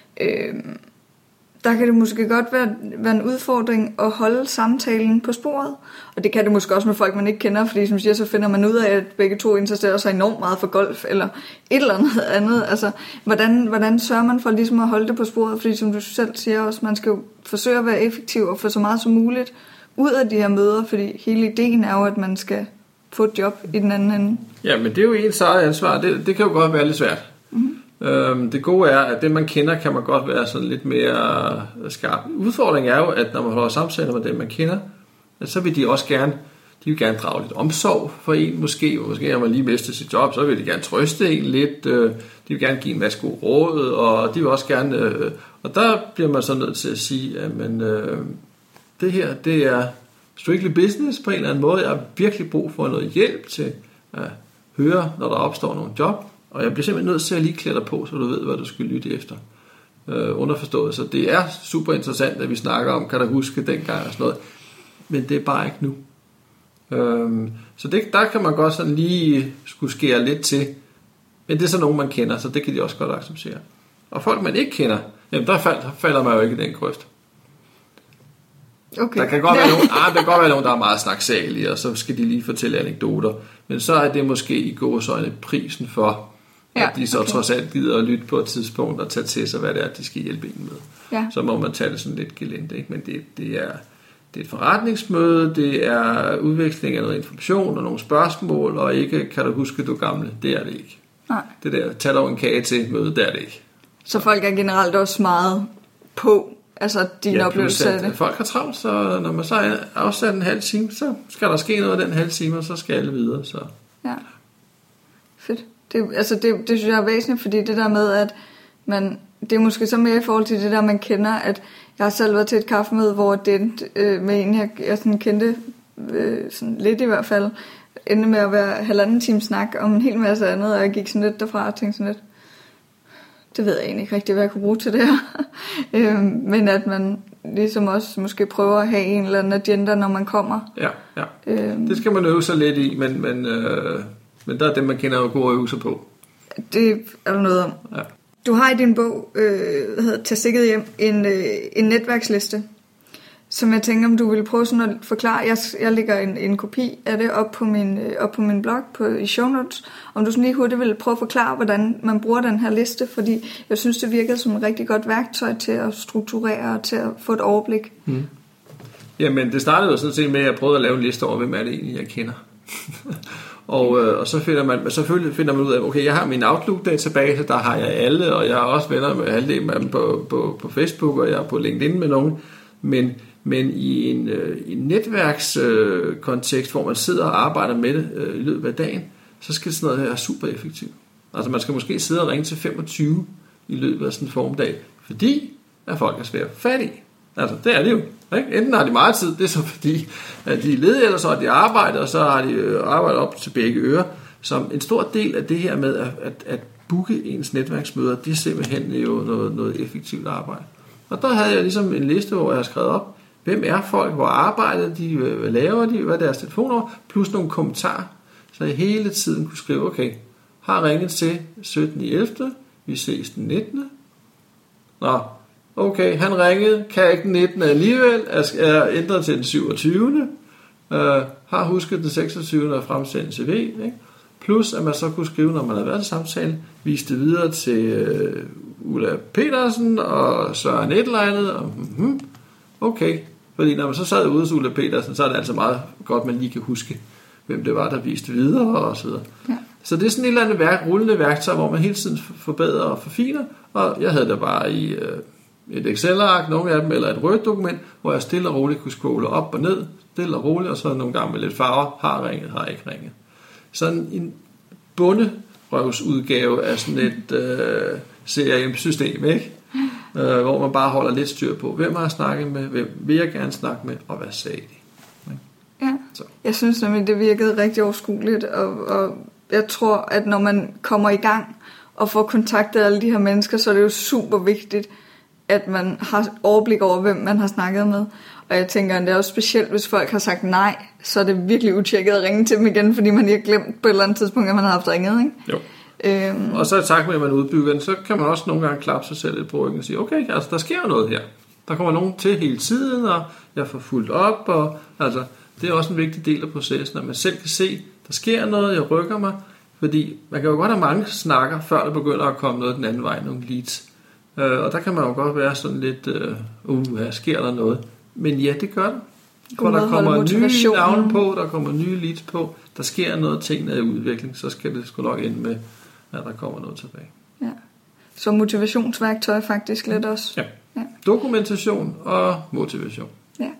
Der kan det måske godt være en udfordring at holde samtalen på sporet. Og det kan det måske også med folk, man ikke kender, fordi som siger, så finder man ud af, at begge to interesserer sig enormt meget for golf, eller et eller andet. Altså, hvordan sørger man for ligesom at holde det på sporet? Fordi som du selv siger også, man skal jo forsøge at være effektiv og få så meget som muligt ud af de her møder, fordi hele ideen er jo, at man skal få et job i den anden ende. Ja, men det er jo ens eget ansvar. Det kan jo godt være lidt svært. Det gode er, at det man kender, kan man godt være sådan lidt mere skarp. Udfordringen er jo, at når man holder samtaler med dem man kender, så vil de også gerne, drage lidt omsorg for en. Måske har man lige mistet sit job, så vil de gerne trøste en lidt. De vil gerne give en masse gode råd, og de vil også gerne, og der bliver man så nødt til at sige, at det her, det er strictly business på en eller anden måde. Jeg har virkelig brug for noget hjælp til at høre, når der opstår nogle job. Og jeg bliver simpelthen nødt til at lige klæde dig på, så du ved, hvad du skal lytte efter. Underforstået. Så det er super interessant, at vi snakker om, kan du huske dengang og sådan noget. Men det er bare ikke nu. Så der kan man godt sådan lige skulle skære lidt til. Men det er så nogen, man kender, så det kan de også godt acceptere. Og folk, man ikke kender, jamen der falder man jo ikke i den grøft. Okay. Der kan godt være nogen, der er meget snaksalige, og så skal de lige fortælle anekdoter. Men så er det måske i gåseøjne prisen for, at de så trods alt gider at lytte på et tidspunkt og tage til sig, hvad det er, de skal hjælpe en med. Ja. Så må man tage det sådan lidt gelente, ikke? Men det er et forretningsmøde, det er udveksling af noget information og nogle spørgsmål, og ikke, kan du huske, du er gamle? Det er det ikke. Nej. Det der, tag dog en kage til møde, det er det ikke. Så folk er generelt også meget på, altså din oplevelse af det. Folk har travlt, så når man så er afsat en halv time, så skal der ske noget af den halv time, og så skal alle videre. Så. Ja, fedt. Det synes jeg er væsentligt, fordi det der med, at det er måske så mere i forhold til det der, man kender, at jeg har selv været til et kaffemøde, hvor det endte med en, jeg sådan kendte sådan lidt i hvert fald, endte med at være 1,5 time snak om en hel masse andet, og jeg gik sådan lidt derfra og tænkte sådan lidt, det ved jeg egentlig ikke rigtig, hvad jeg kunne bruge til det her. Men at man ligesom også måske prøver at have en eller anden agenda, når man kommer. Ja. Det skal man øve sig lidt i, men der er dem, man kender, og gode øvelser på. Det er der noget om. Ja. Du har i din bog, Tag stikket hjem, en netværksliste, som jeg tænker, om du vil prøve sådan at forklare. Jeg lægger en kopi af det op på min blog i show notes. Om du sådan lige hurtigt vil prøve at forklare, hvordan man bruger den her liste, fordi jeg synes, det virkede som et rigtig godt værktøj til at strukturere og til at få et overblik. Mm. Jamen, det startede jo sådan set med, at jeg prøvede at lave en liste over, hvem er det egentlig, jeg kender. og så finder man ud af, okay, jeg har min Outlook-database, der har jeg alle, og jeg har også venner med halvdelen af dem på Facebook, og jeg er på LinkedIn med nogen. Men i en netværkskontekst, hvor man sidder og arbejder med det i løbet af dagen, så skal sådan noget her være super effektivt. Altså man skal måske sidde og ringe til 25 i løbet af sådan en formdag, fordi at folk er svært at få fat i. Altså det er det jo. Ikke? Enten har de meget tid, det er så fordi, at de er ledige, eller så har de arbejdet, og så har de arbejdet op til begge ører. Så en stor del af det her med at booke ens netværksmøder, det er simpelthen jo noget effektivt arbejde. Og der havde jeg ligesom en liste, hvor jeg har skrevet op, hvem er folk, hvor arbejder de, hvad laver de, hvad er deres telefonnummer, plus nogle kommentarer. Så jeg hele tiden kunne skrive, okay, har ringet til 17.11., vi ses den 19. Nå, okay, han ringede, kan ikke den 19. alligevel, er ændret til den 27. Har husket den 26. at fremsende CV, ikke? Plus at man så kunne skrive, når man havde været i samtale, vise det videre til Ulla Petersen og Søren et eller andet, og okay, fordi når man så sad ude hos Ulla Petersen, så er det altså meget godt, man lige kan huske, hvem det var, der viste videre og så videre. Ja. Så det er sådan et eller andet rullende værktøj, hvor man hele tiden forbedrer og forfiner, og jeg havde det bare i et Excel-ark, nogle af dem, eller et Word-dokument, hvor jeg stille og roligt kunne scrolle op og ned, stille og roligt, og så nogle gange med lidt farver, har ringet, har ikke ringet. Sådan en bunderøvsudgave af sådan et CRM-system, ikke? Hvor man bare holder lidt styr på, hvem har jeg snakket med, hvem vil jeg gerne snakke med, og hvad sagde de. Ikke? Ja, så. Jeg synes nemlig, det virkede rigtig overskueligt, og jeg tror, at når man kommer i gang og får kontaktet alle de her mennesker, så er det jo super vigtigt, at man har overblik over, hvem man har snakket med. Og jeg tænker, at det er også specielt, hvis folk har sagt nej, så er det virkelig utjekket at ringe til dem igen, fordi man lige har glemt på et eller andet tidspunkt, at man har haft ringet, ikke? Jo. Og så i takt med, at man udbygger den, så kan man også nogle gange klappe sig selv lidt på ryggen og sige, okay, altså der sker noget her. Der kommer nogen til hele tiden, og jeg får fulgt op, og altså, det er også en vigtig del af processen, at man selv kan se, der sker noget, jeg rykker mig, fordi man kan jo godt have mange snakker, før der begynder at komme noget den anden vej, nogle leads. Og der kan man jo godt være sådan lidt, her sker der noget. Men ja, det gør det. For der kommer nye navne på, der kommer nye leads på, der sker noget, tingene er i udvikling, så skal det sgu nok ende med, at der kommer noget tilbage. Ja. Så motivationsværktøj faktisk lidt også. Ja. Ja. Dokumentation og motivation. Ja.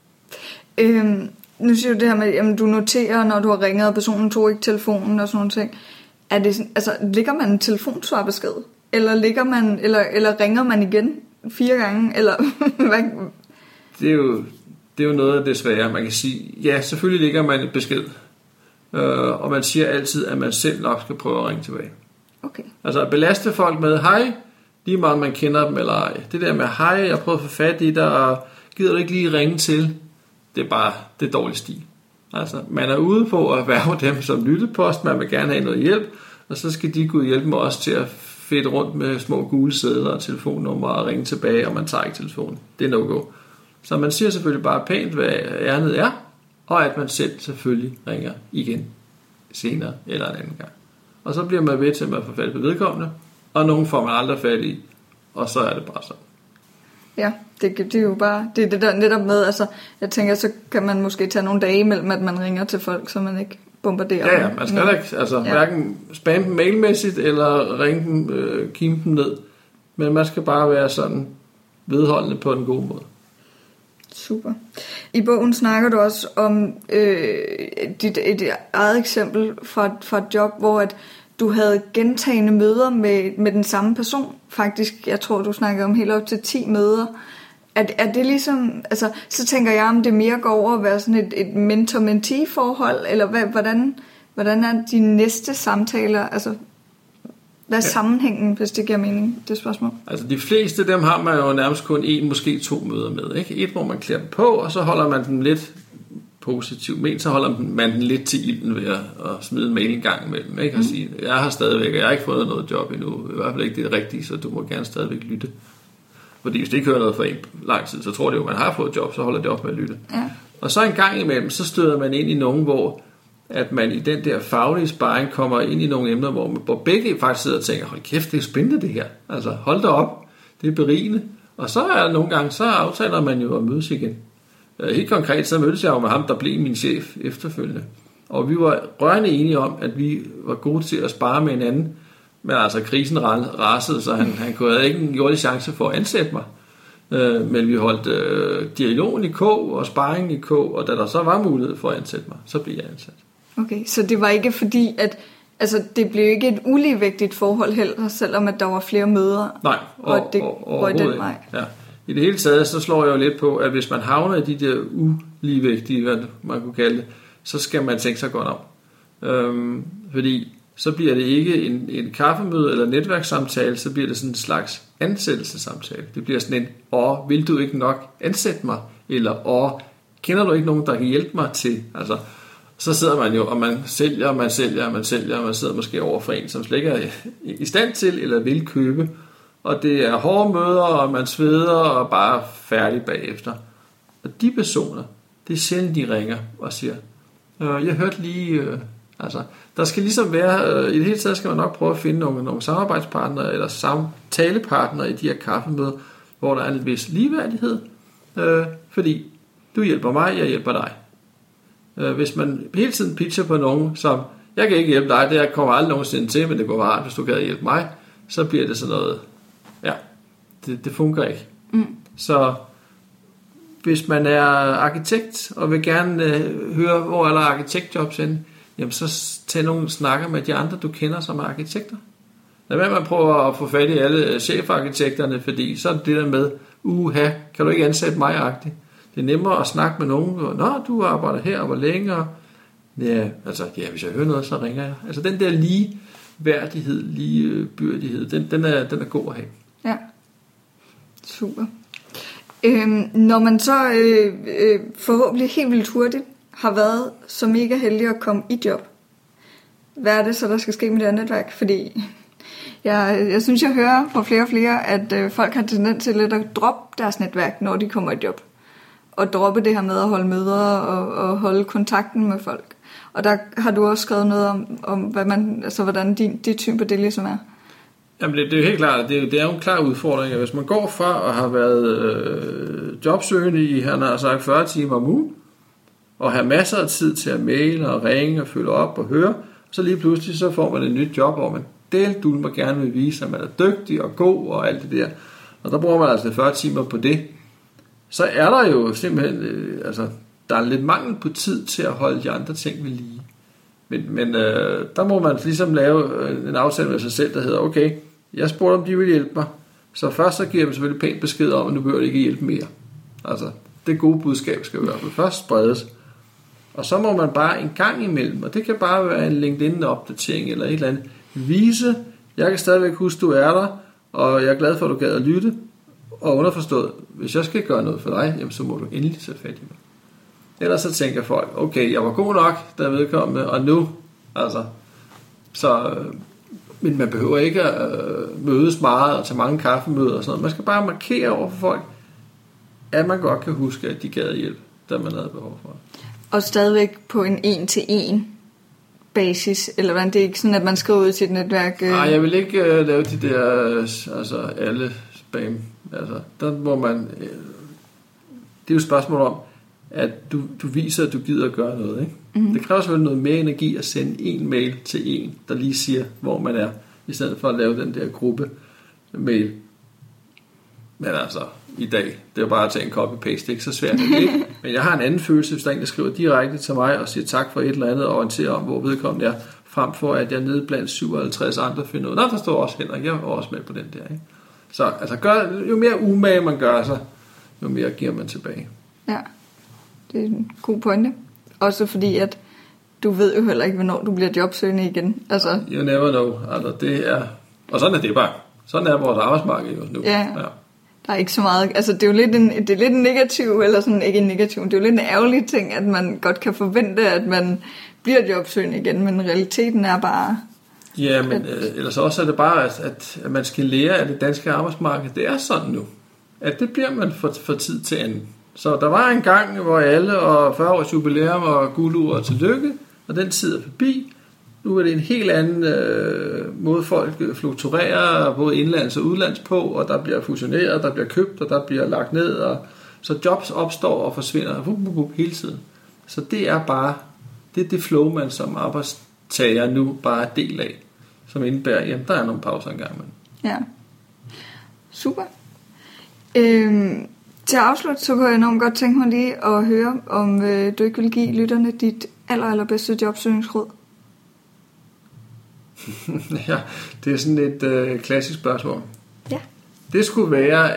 Nu siger du det her med, at du noterer, når du har ringet, og personen tog ikke telefonen og sådan noget ting. Er det sådan, altså, ligger man en telefonsvarbesked? Eller eller ringer man igen 4 gange? Eller hvad? Det er jo noget af det svære. Man kan sige, ja, selvfølgelig ligger man et besked. Og man siger altid, at man selv nok skal prøve at ringe tilbage. Okay. Altså at belaste folk med, hej, lige meget man kender dem eller ej. Det der med, hej, jeg har prøvet at få fat i dig, og gider du ikke lige ringe til? Det er dårlig stil. Altså, man er ude på at værve dem som lyttepost, man vil gerne have noget hjælp, og så skal de kunne hjælpe mig også til at fedte rundt med små gule sedler og telefonnummer og ringe tilbage, og man tager ikke telefonen. Det er no-go. Så man siger selvfølgelig bare pænt, hvad ærnet er, og at man selv selvfølgelig ringer igen senere eller en anden gang. Og så bliver man ved til, at man får fat på vedkommende, og nogen får man aldrig fat i, og så er det bare sådan. Ja, det er jo bare, det er det der netop med, altså jeg tænker, så kan man måske tage nogle dage imellem, at man ringer til folk, så man ikke bombarderer. Ja, man skal ikke, altså hverken spamme dem mailmæssigt, eller ringe dem, kime dem ned, men man skal bare være sådan vedholdende på en god måde. Super. I bogen snakker du også om et eget eksempel fra et job, hvor at du havde gentagne møder med den samme person. Faktisk, jeg tror, du snakker om helt op til 10 møder. Er det ligesom, altså, så tænker jeg, om det mere går over at være sådan et mentor-mentee-forhold, eller hvordan er de næste samtaler, altså, hvad er sammenhængen, hvis det giver mening, det spørgsmål? Altså, de fleste dem har man jo nærmest kun 1, måske 2 møder med, ikke? Et, hvor man klæder dem på, og så holder man dem lidt positiv men, så holder man den lidt til ilden ved at smide en mail en gang imellem, ikke? Og sige, jeg har stadigvæk, jeg har ikke fået noget job endnu, i hvert fald ikke det rigtige, så du må gerne stadigvæk lytte. Fordi hvis det ikke hører noget for en lang tid, så tror det jo, at man har fået job, så holder det op med at lytte. Ja. Og så en gang imellem, så støder man ind i nogen, hvor at man i den der faglige sparring kommer ind i nogle emner, hvor begge faktisk sidder og tænker, hold kæft, det er spændende det her. Altså hold da op, det er berigende. Og så er nogle gange, så aftaler man jo at mødes igen. Helt konkret, så mødtes jeg jo med ham, der blev min chef efterfølgende. Og vi var rørende enige om, at vi var gode til at spare med hinanden. Men altså, krisen rasede, så han havde ikke en jordig chance for at ansætte mig. Men vi holdt dialogen i kog og sparringen i kog, og da der så var mulighed for at ansætte mig, så blev jeg ansat. Okay, så det var ikke fordi, at altså, det blev ikke et uligevægtigt forhold heller, selvom at der var flere møder? Nej, og det var den vej? Ja. I det hele taget, så slår jeg jo lidt på, at hvis man havner i de der uligevægtige, hvad man kunne kalde det, så skal man tænke sig godt om. Fordi så bliver det ikke en kaffemøde eller netværkssamtale, så bliver det sådan en slags ansættelsessamtale. Det bliver sådan en, vil du ikke nok ansætte mig? Eller, kender du ikke nogen, der kan hjælpe mig til? Altså, så sidder man jo, og man sælger, og man sidder måske over for en, som slet ikke er i stand til, eller vil købe. Og det er hårde møder, og man sveder, og bare færdig bagefter. Og de personer, det er sjældent, de ringer og siger, jeg hørte lige, der skal ligesom være, i det hele taget skal man nok prøve at finde nogle samarbejdspartnere, eller samtalepartnere i de her kaffemøder, hvor der er en vis ligeværdighed, fordi du hjælper mig, jeg hjælper dig. Hvis man hele tiden pitcher på nogen, som, jeg kan ikke hjælpe dig, det kommer aldrig nogensinde til, men det går rart, hvis du kan hjælpe mig, så bliver det sådan noget, det fungerer ikke. Så hvis man er arkitekt, og vil gerne høre, hvor er der arkitektjobs henne, jamen så tag nogle snakker med de andre, du kender som arkitekter. Lad være med at prøve at få fat i alle chefarkitekterne, fordi så er det der med, kan du ikke ansætte mig-agtigt? Det er nemmere at snakke med nogen, du arbejder her, og hvor længe? Hvis jeg hører noget, så ringer jeg. Altså den der ligeværdighed, ligebyrdighed, den er god at have. Ja, super. Når man så forhåbentlig helt vildt hurtigt har været så mega heldig at komme i job, hvad er det så, der skal ske med det her netværk? Fordi jeg synes, jeg hører fra flere og flere, at folk har tendens til lidt at droppe deres netværk, når de kommer i job. Og droppe det her med at holde møder og holde kontakten med folk. Og der har du også skrevet noget om hvordan dit syn på det ligesom er. Jamen det er jo helt klart, det er jo en klar udfordring. Hvis man går fra at have været jobsøgende i, han har sagt 40 timer om ugen, og have masser af tid til at maile og ringe og følge op og høre, så lige pludselig så får man et nyt job, hvor man må gerne vil vise, at man er dygtig og god og alt det der. Og der bruger man altså 40 timer på det. Så er der jo simpelthen, der er lidt mangel på tid til at holde de andre ting ved lige. Men der må man ligesom lave en aftale med sig selv, der hedder, okay, jeg spurgte, om de vil hjælpe mig. Så først så giver jeg dem selvfølgelig pænt besked om, at nu behøver de ikke hjælpe mere. Altså, det gode budskab skal jo i hvert fald først spredes. Og så må man bare en gang imellem, og det kan bare være en LinkedIn-opdatering eller et eller andet, vise, jeg kan stadigvæk huske, du er der, og jeg er glad for, at du gad at lytte, og underforstået, hvis jeg skal gøre noget for dig, jamen så må du endelig sætte fat i mig. Ellers så tænker folk, okay, jeg var god nok, da jeg vedkommende, og nu, men man behøver ikke at mødes meget og tage mange kaffemøder og sådan noget. Man skal bare markere over for folk, at man godt kan huske, at de gad hjælp, da man havde behov for det. Og stadigvæk på en 1-til-1 basis, eller hvordan? Det er ikke sådan, at man skriver ud til et netværk? Nej, jeg vil ikke lave de der, alle spam. Der må man, det er jo et spørgsmål om, at du viser, at du gider at gøre noget, ikke? Mm-hmm. Det kræver selvfølgelig noget mere energi at sende en mail til en, der lige siger, hvor man er, i stedet for at lave den der gruppe mail. Men i dag, det er jo bare at tage en copy-paste, det er ikke så svært. Ikke? Men jeg har en anden følelse, hvis der er en, der skriver direkte til mig og siger tak for et eller andet, og orienterer om, hvor vedkommende er, frem for at jeg nede blandt 57 andre finder ud. Der står også Henrik, jeg var også med på den der. Ikke? Så jo mere umage man gør sig, jo mere giver man tilbage. Ja, det er en god pointe. Også fordi, at du ved jo heller ikke, hvornår du bliver jobsøgende igen. You never know. Det er, og sådan er det bare. Sådan er vores arbejdsmarked jo nu. Ja. Der er ikke så meget, altså det er jo lidt en negativ, eller sådan ikke en negativ, det er jo lidt en ærgerlig ting, at man godt kan forvente, at man bliver jobsøgende igen, men realiteten er bare... Ja, men ellers også er det bare, at man skal lære af det danske arbejdsmarked. Det er sådan nu, at det bliver man for tid til anden. Så der var en gang, hvor alle og 40 års jubilæum og guldure og tillykke, og den tid er forbi. Nu er det en helt anden måde, folk fluktuerer både indlands og udlands på, og der bliver fusioneret, der bliver købt, og der bliver lagt ned, og så jobs opstår og forsvinder hele tiden. Så det er bare det flow, man som arbejdstager nu bare er del af, som indebærer, jamen der er nogle pauser engang. Ja, super. Til at afslutte, så kunne jeg enormt godt tænke mig lige at høre, om du ikke vil give lytterne dit allerbedste jobsøgningsråd. Ja, det er sådan et klassisk spørgsmål. Ja. Det skulle være,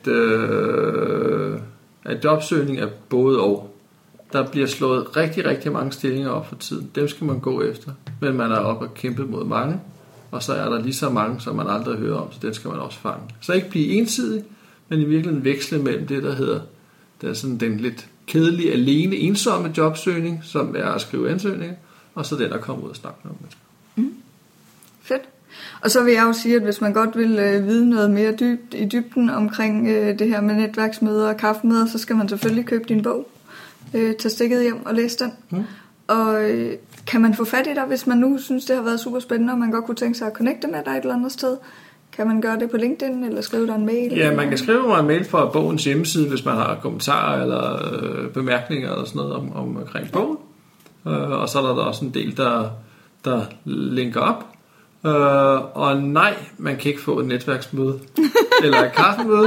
at jobsøgning er både og. Der bliver slået rigtig, rigtig mange stillinger op for tiden. Dem skal man gå efter. Men man er oppe og kæmpe mod mange. Og så er der lige så mange, som man aldrig hører om. Så den skal man også fange. Så ikke blive ensidig, men i virkeligheden veksle mellem det, der er sådan den lidt kedelige, alene, ensomme jobsøgning, som er at skrive ansøgninger, og så den at komme ud og snakke med mennesker. Fedt. Og så vil jeg jo sige, at hvis man godt vil vide noget mere i dybden omkring det her med netværksmøder og kaffemøder, så skal man selvfølgelig købe din bog. Tage stikket hjem og læse den. Og kan man få fat i dig, hvis man nu synes, det har været super spændende, og man godt kunne tænke sig at connecte med dig et eller andet sted? Kan man gøre det på LinkedIn, eller skrive dig en mail? Ja, man kan skrive mig en mail fra bogens hjemmeside, hvis man har kommentarer eller bemærkninger eller sådan noget omkring bogen. Og så er der også en del, der linker op. Og nej, man kan ikke få et netværksmøde eller et kaffemøde.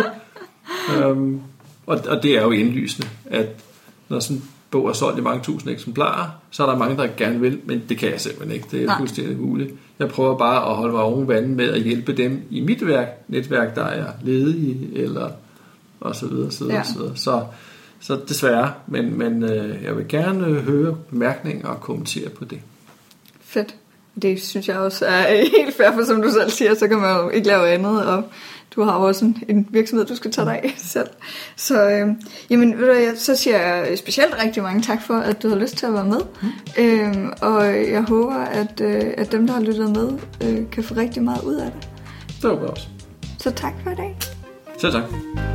Og det er jo indlysende, at når sådan en bog er solgt i mange tusind eksemplarer, så er der mange, der gerne vil, men det kan jeg simpelthen ikke. Det er fuldstændig muligt. Jeg prøver bare at holde mig oven vandet med at hjælpe dem i mit netværk, der er ledige, eller og så videre, så desværre, men jeg vil gerne høre bemærkninger og kommentere på det. Fedt. Det synes jeg også er helt fair, for som du selv siger, så kan man jo ikke lave andet, og du har jo også en virksomhed, du skal tage dig af selv. Så jamen, så siger jeg specielt rigtig mange tak for, at du har lyst til at være med. Og jeg håber, at dem, der har lyttet med, kan få rigtig meget ud af det. Det håber jeg også. Så tak for i dag. Så tak.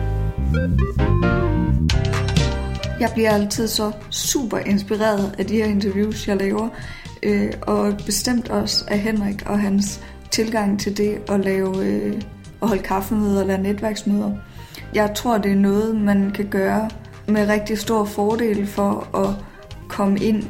Jeg bliver altid så super inspireret af de her interviews, jeg laver. Og bestemt også af Henrik og hans tilgang til det at holde kaffemøder eller netværksmøder. Jeg tror, det er noget, man kan gøre med rigtig stor fordel for at komme ind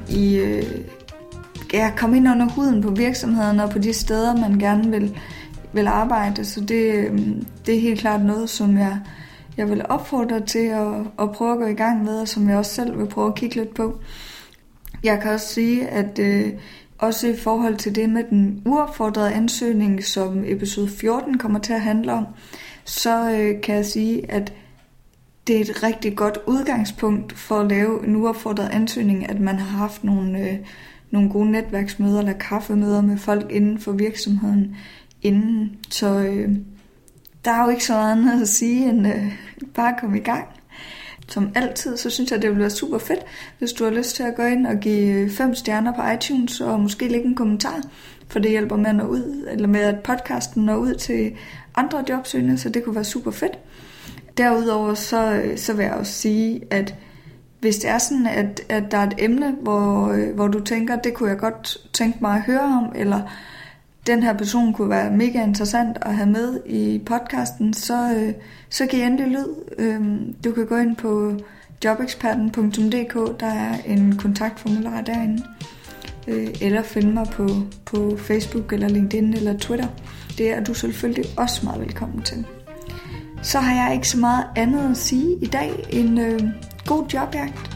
komme ind under huden på virksomhederne og på de steder, man gerne vil arbejde. Så det er helt klart noget, som jeg vil opfordre til at prøve at gå i gang med, og som jeg også selv vil prøve at kigge lidt på. Jeg kan også sige, at også i forhold til det med den uopfordrede ansøgning, som episode 14 kommer til at handle om, så kan jeg sige, at det er et rigtig godt udgangspunkt for at lave en uopfordret ansøgning, at man har haft nogle gode netværksmøder eller kaffemøder med folk inden for virksomheden inden. Så der er jo ikke så meget andet at sige end bare komme i gang. Som altid, så synes jeg, det vil være super fedt, hvis du har lyst til at gå ind og give 5 stjerner på iTunes, og måske lægge en kommentar, for det hjælper med at nå ud, eller med at podcasten når ud til andre jobsøgende, så det kunne være super fedt. Derudover så vil jeg også sige, at hvis det er sådan, at der er et emne, hvor du tænker, det kunne jeg godt tænke mig at høre om, eller den her person kunne være mega interessant at have med i podcasten, så giv endelig lyd. Du kan gå ind på jobeksperten.dk, der er en kontaktformular derinde, eller finde mig på Facebook eller LinkedIn eller Twitter. Det er du selvfølgelig også meget velkommen til. Så har jeg ikke så meget andet at sige i dag end god jobjagt.